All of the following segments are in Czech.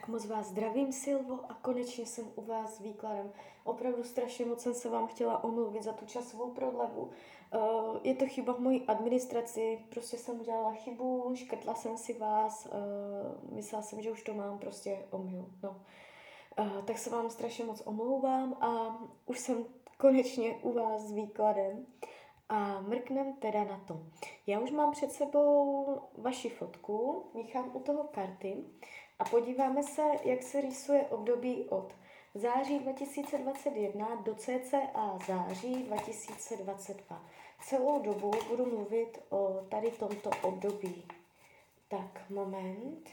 Tak moc vás zdravím, Silvo, a konečně jsem u vás s výkladem. Opravdu strašně moc jsem se vám chtěla omluvit za tu časovou prodlevu. Je to chyba v mojí administraci, prostě jsem udělala chybu, škrtla jsem si vás, myslela jsem, že už to mám, prostě omyl. No. Tak se vám strašně moc omlouvám a už jsem konečně u vás s výkladem. A mrknem teda na to. Já už mám před sebou vaši fotku, míchám u toho karty a podíváme se, jak se rýsuje období od září 2021 do cca září 2022. Celou dobu budu mluvit o tady tomto období. Tak, moment.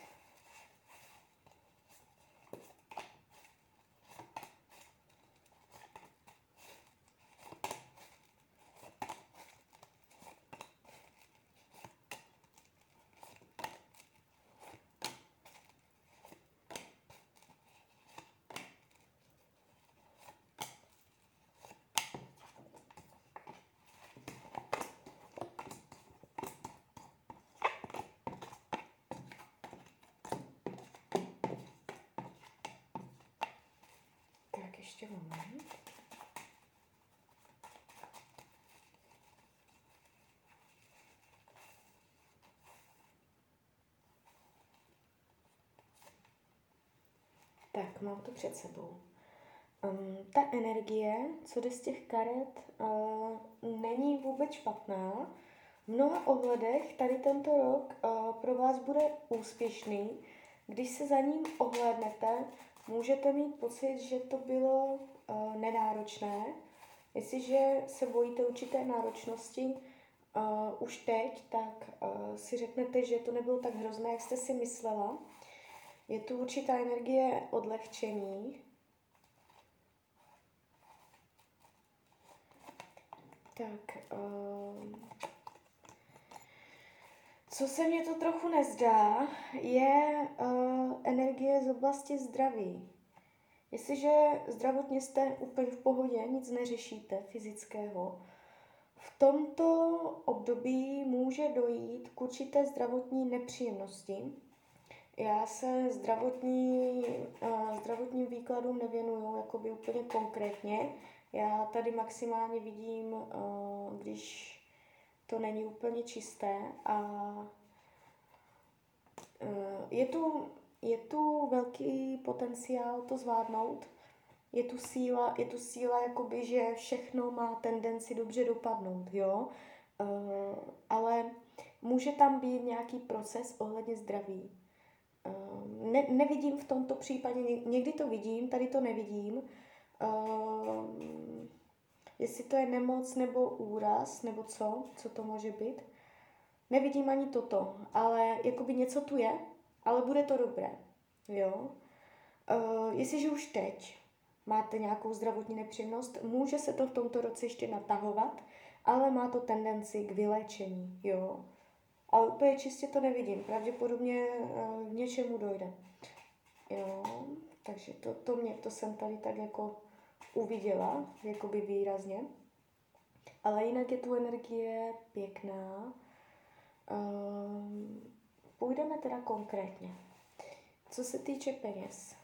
Tak, ještě moment. Tak, mám to před sebou. Ta energie, co jde z těch karet, není vůbec špatná. V mnoha ohledech tady tento rok pro vás bude úspěšný. Když se za ním ohlédnete, můžete mít pocit, že to bylo nenáročné. Jestliže se bojíte určité náročnosti už teď, tak si řeknete, že to nebylo tak hrozné, jak jste si myslela. Je tu určitá energie odlehčení. Tak, co se mně to trochu nezdá, je energie z oblasti zdraví. Jestliže zdravotně jste úplně v pohodě, nic neřešíte fyzického, v tomto období může dojít k určité zdravotní nepříjemnosti. Já se zdravotním výkladům nevěnuju jakoby úplně konkrétně. Já tady maximálně vidím, když to není úplně čisté a je tu velký potenciál to zvládnout. Je tu síla jakoby, že všechno má tendenci dobře dopadnout, jo? Ale může tam být nějaký proces ohledně zdraví. Nevidím v tomto případě, někdy to vidím, tady to nevidím. Jestli to je nemoc nebo úraz, nebo co to může být. Nevidím ani toto, ale jakoby něco tu je, ale bude to dobré, jo. Jestliže už teď máte nějakou zdravotní nepříjemnost, může se to v tomto roce ještě natahovat, ale má to tendenci k vyléčení, jo. Ale úplně čistě to nevidím, pravděpodobně k něčemu dojde, jo. Takže to jsem tady tak jako uviděla, jakoby výrazně. Ale jinak je tu energie pěkná. Půjdeme teda konkrétně. Co se týče peněz.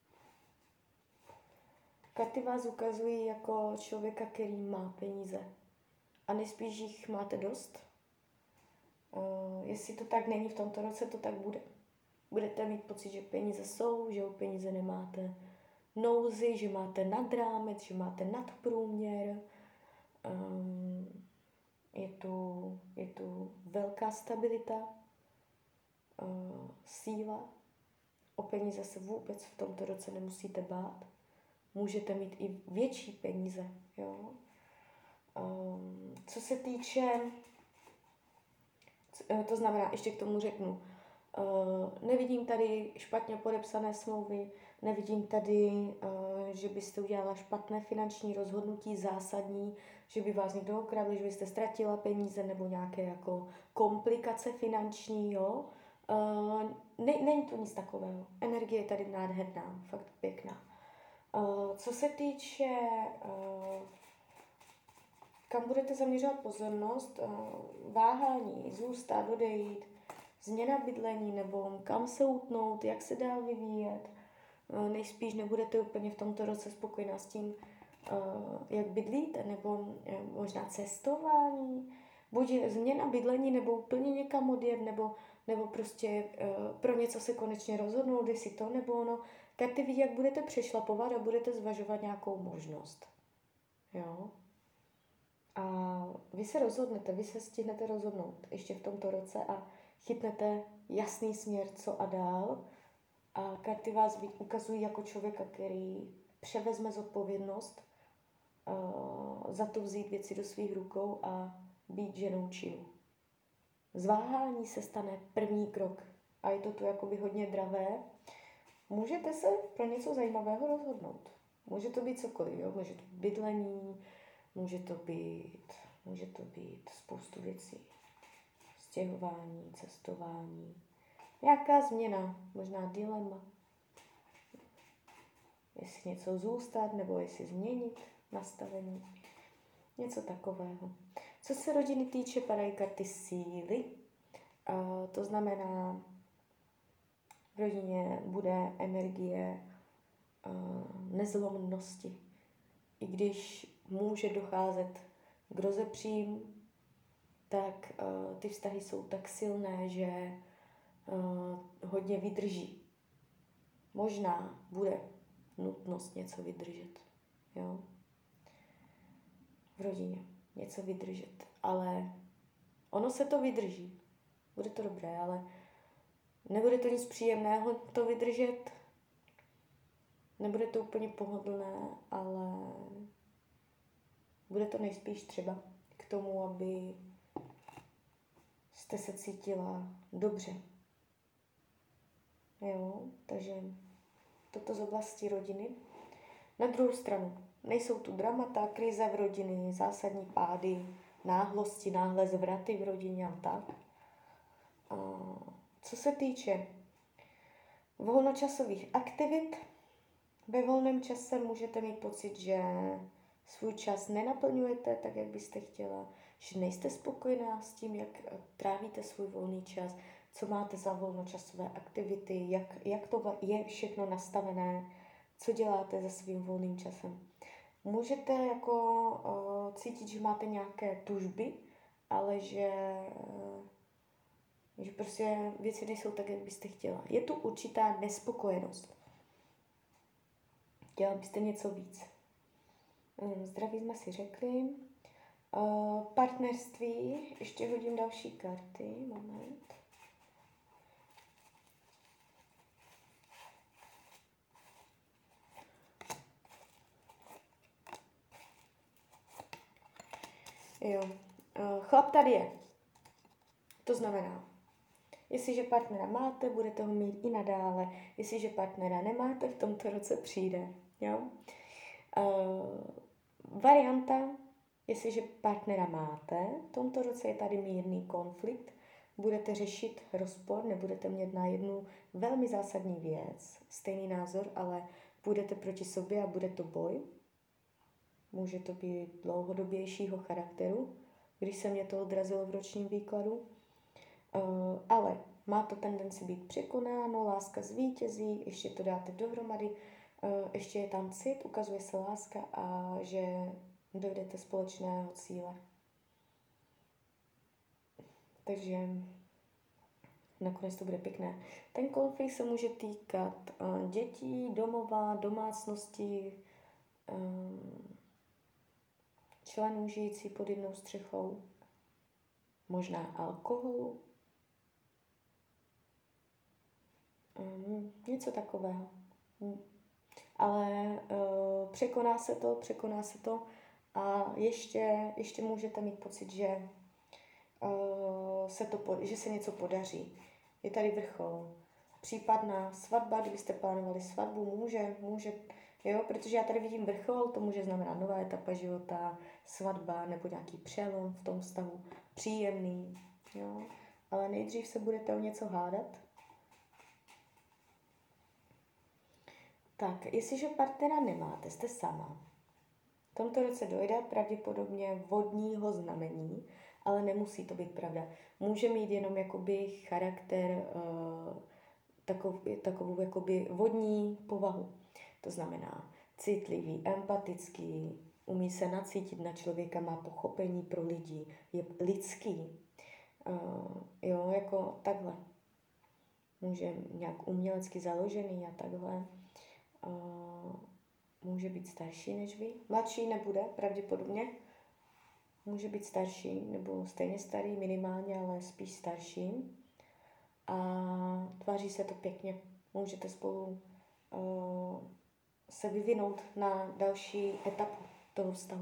Karty vás ukazují jako člověka, který má peníze. A nejspíš jich máte dost. Jestli to tak není v tomto roce, to tak bude. Budete mít pocit, že peníze jsou, že o peníze nemáte nouzy, že máte nad rámec, že máte nadprůměr. Je tu velká stabilita, síla. O peníze se vůbec v tomto roce nemusíte bát. Můžete mít i větší peníze. Jo? Co se týče, to znamená, ještě k tomu řeknu, nevidím tady špatně podepsané smlouvy, nevidím tady, že byste udělala špatné finanční rozhodnutí, zásadní, že by vás někdo okradl, že byste ztratila peníze nebo nějaké jako komplikace finanční, jo. Není to nic takového. Energie je tady nádherná, fakt pěkná. Co se týče, kam budete zaměřovat pozornost, váhání, zůstat, odejít, změna bydlení nebo kam se utnout, jak se dál vyvíjet, nejspíš nebudete úplně v tomto roce spokojená s tím, jak bydlíte, nebo možná cestování, buď změna bydlení, nebo úplně někam odjet, nebo prostě pro něco se konečně rozhodnout, jestli to nebo ono. Karty vidí, jak budete přešlapovat a budete zvažovat nějakou možnost. Jo? A vy se rozhodnete, vy se stihnete rozhodnout ještě v tomto roce a chytnete jasný směr, co a dál. A karty vás ukazují jako člověka, který převezme zodpovědnost za to vzít věci do svých rukou a být ženou činu. Zváhání se stane první krok a je to tu jakoby hodně dravé. Můžete se pro něco zajímavého rozhodnout. Může to být cokoliv, jo? Může to být bydlení, může to být spoustu věcí. Stěhování, cestování, nějaká změna, možná dilema. Jestli něco zůstat, nebo jestli změnit nastavení. Něco takového. Co se rodiny týče, padají karty síly. To znamená, v rodině bude energie nezlomnosti. I když může docházet k rozepřím, tak ty vztahy jsou tak silné, že hodně vydrží. Možná bude nutnost něco vydržet. Jo? V rodině něco vydržet. Ale ono se to vydrží. Bude to dobré, ale nebude to nic příjemného to vydržet. Nebude to úplně pohodlné, ale bude to nejspíš třeba k tomu, aby jste se cítila dobře. Jo, takže toto z oblasti rodiny. Na druhou stranu, nejsou tu dramata, krize v rodině, zásadní pády, náhlosti, náhle zvraty v rodině a tak. Co se týče volnočasových aktivit, ve volném čase můžete mít pocit, že svůj čas nenaplňujete tak, jak byste chtěla, že nejste spokojená s tím, jak trávíte svůj volný čas, co máte za volnočasové aktivity, jak to je všechno nastavené, co děláte se svým volným časem. Můžete jako cítit, že máte nějaké tužby, ale že prostě věci nejsou tak, jak byste chtěla. Je tu určitá nespokojenost. Chtěla byste něco víc. Zdraví jsme si řekli. Partnerství, ještě hodím další karty, moment. Jo, chlap tady je. To znamená, jestliže partnera máte, budete ho mít i nadále. Jestliže partnera nemáte, v tomto roce přijde. Jo? Varianta, jestliže partnera máte, v tomto roce je tady mírný konflikt, budete řešit rozpor, nebudete mít na jednu velmi zásadní věc, stejný názor, ale půjdete proti sobě a bude to boj. Může to být dlouhodobějšího charakteru, když se mě to odrazilo v ročním výkladu. Ale má to tendenci být překonáno, láska zvítězí, ještě to dáte dohromady, ještě je tam cit, ukazuje se láska a že dojdete společného cíle. Takže nakonec to bude pěkné. Ten konflikt se může týkat dětí, domova, domácnosti, členů žijící pod jednou střechou, možná alkoholu, něco takového. Ale překoná se to a ještě můžete mít pocit, že se něco podaří. Je tady vrchol. Případná svatba, kdybyste plánovali svatbu, může, jo, protože já tady vidím vrchol, to může znamenat nová etapa života, svatba nebo nějaký přelom v tom vztahu, příjemný, jo. Ale nejdřív se budete o něco hádat. Tak, jestliže partnera nemáte, jste sama. V tomto roce dojde pravděpodobně vodního znamení, ale nemusí to být pravda. Může mít jenom jakoby charakter takovou jakoby vodní povahu. To znamená citlivý, empatický, umí se nacítit na člověka, má pochopení pro lidi, je lidský. Jo, jako takhle. Může nějak umělecky založený a takhle. Může být starší než vy. Mladší nebude, pravděpodobně. Může být starší, nebo stejně starý minimálně, ale spíš starší. A tváří se to pěkně. Můžete spolu se vyvinout na další etapu toho vztahu.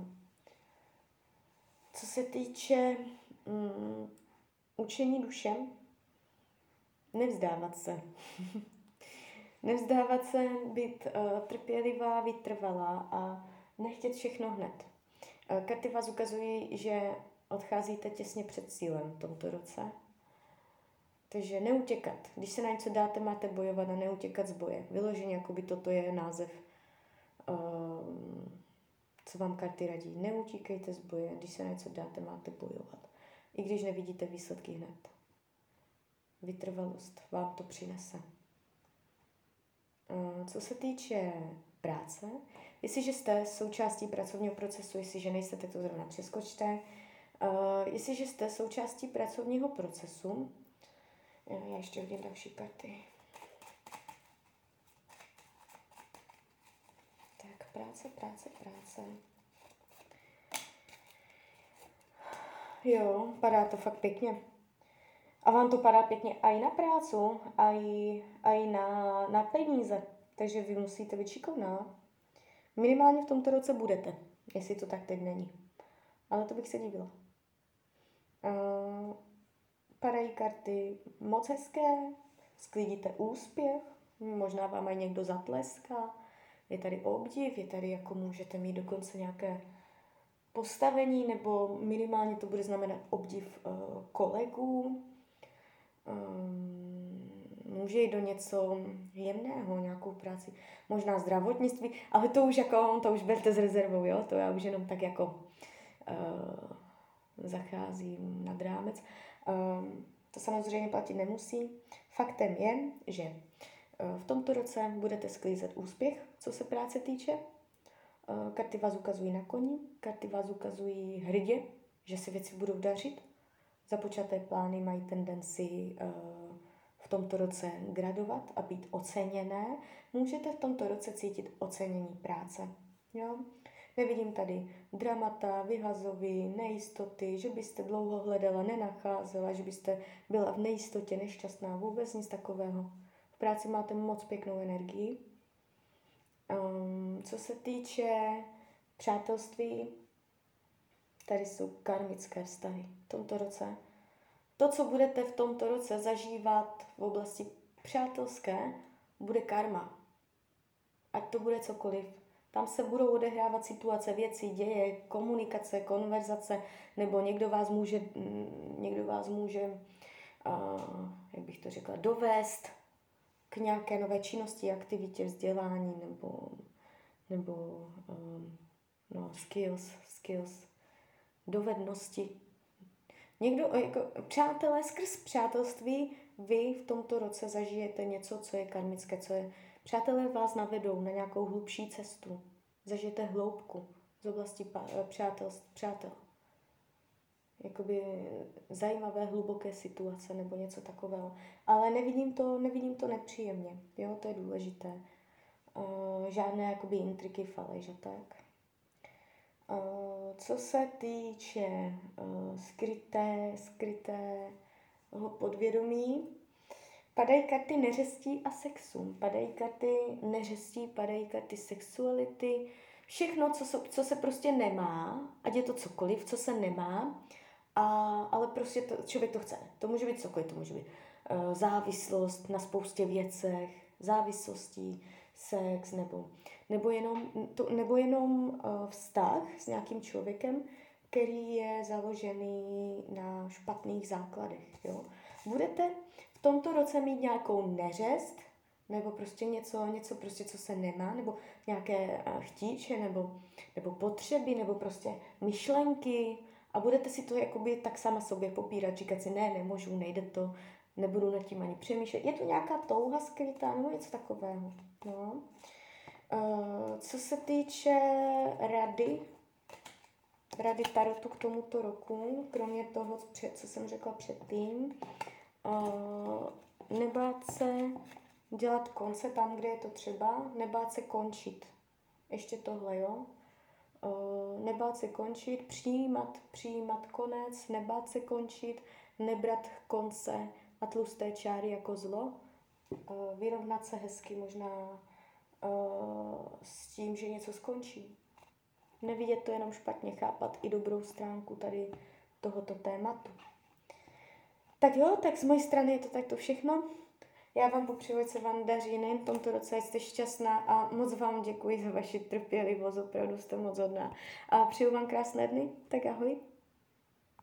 Co se týče učení dušem, nevzdávat se. Nevzdávat se, být trpělivá, vytrvalá a nechtět všechno hned. Karty vás ukazují, že odcházíte těsně před cílem v tomto roce. Takže neutěkat. Když se na něco dáte, máte bojovat a neutěkat z boje. Vyloženě, jakoby toto je název, co vám karty radí. Neutíkejte z boje. Když se na něco dáte, máte bojovat. I když nevidíte výsledky hned. Vytrvalost vám to přinese. Co se týče práce, jestliže jste součástí pracovního procesu, jestliže nejste, tak to zrovna přeskočte. Jestliže jste součástí pracovního procesu, já ještě hodím další karty. Tak, práce. Jo, padá to fakt pěkně. A vám to padá pěkně i na prácu, i na peníze. Takže vy musíte být šikovná. Minimálně v tomto roce budete, jestli to tak teď není. Ale to bych se divila. Padají karty moc hezké, sklidíte úspěch, možná vám aj někdo zatleská, je tady obdiv, je tady jako můžete mít dokonce nějaké postavení, nebo minimálně to bude znamenat obdiv kolegů. Může jít do něco jemného, nějakou práci, možná zdravotnictví, ale to už berte s rezervou, jo? To já už jenom tak jako zacházím nad rámec. To samozřejmě platit nemusí. Faktem je, že v tomto roce budete sklízet úspěch, co se práce týče. Karty vás ukazují na koni, karty vás ukazují hrdě, že se věci budou dařit. Započaté plány mají tendenci v tomto roce gradovat a být oceněné. Můžete v tomto roce cítit ocenění práce. Jo? Nevidím tady dramata, vyhazovy, nejistoty, že byste dlouho hledala, nenacházela, že byste byla v nejistotě, nešťastná, vůbec nic takového. V práci máte moc pěknou energii. Co se týče přátelství, tady jsou karmické vztahy v tomto roce. To, co budete v tomto roce zažívat v oblasti přátelské, bude karma. Ať to bude cokoliv. Tam se budou odehrávat situace, věci, děje, komunikace, konverzace, nebo někdo vás může, jak bych to řekla, dovést k nějaké nové činnosti, aktivitě, vzdělání, nebo skills, dovednosti. Přátelé, skrz přátelství vy v tomto roce zažijete něco, co je karmické, přátelé vás navedou na nějakou hlubší cestu. Zažijete hloubku z oblasti přátel. Jakoby zajímavé, hluboké situace nebo něco takového. Ale nevidím to nepříjemně. Jo, to je důležité. Žádné jakoby intriky, faleš a tak. Co se týče skrytého podvědomí, padají karty neřestí a sexu. Padají karty sexuality. Všechno, co se prostě nemá, ať je to cokoliv, co se nemá, ale prostě člověk to chce. To může být cokoliv, to může být závislost na spoustě věcech, závislostí, sex, nebo jenom vztah s nějakým člověkem, který je založený na špatných základech. Jo? Budete v tomto roce mít nějakou neřest, nebo prostě něco prostě, co se nemá, nebo nějaké chtíče, nebo potřeby, nebo prostě myšlenky a budete si to jakoby tak sama sobě popírat, říkat si, ne, nemůžu, nejde to, nebudu nad tím ani přemýšlet. Je to nějaká touha skrytá nebo něco takového. No. Co se týče rady tarotu k tomuto roku, kromě toho, co jsem řekla předtím, nebát se dělat konce tam, kde je to třeba, nebát se končit. Ještě tohle, jo? Nebát se končit, přijímat konec, nebát se končit, nebrat konce a tlusté čáry jako zlo, vyrovnat se hezky možná s tím, že něco skončí. Nevidět to jenom špatně, chápat i dobrou stránku tady tohoto tématu. Tak jo, tak z mojej strany je to takto všechno. Já vám popřeju, ať se vám daří nejen v tomto roce, ať jste šťastná a moc vám děkuji za vaši trpělivost, opravdu jste moc hodná. A přeju vám krásné dny, tak ahoj.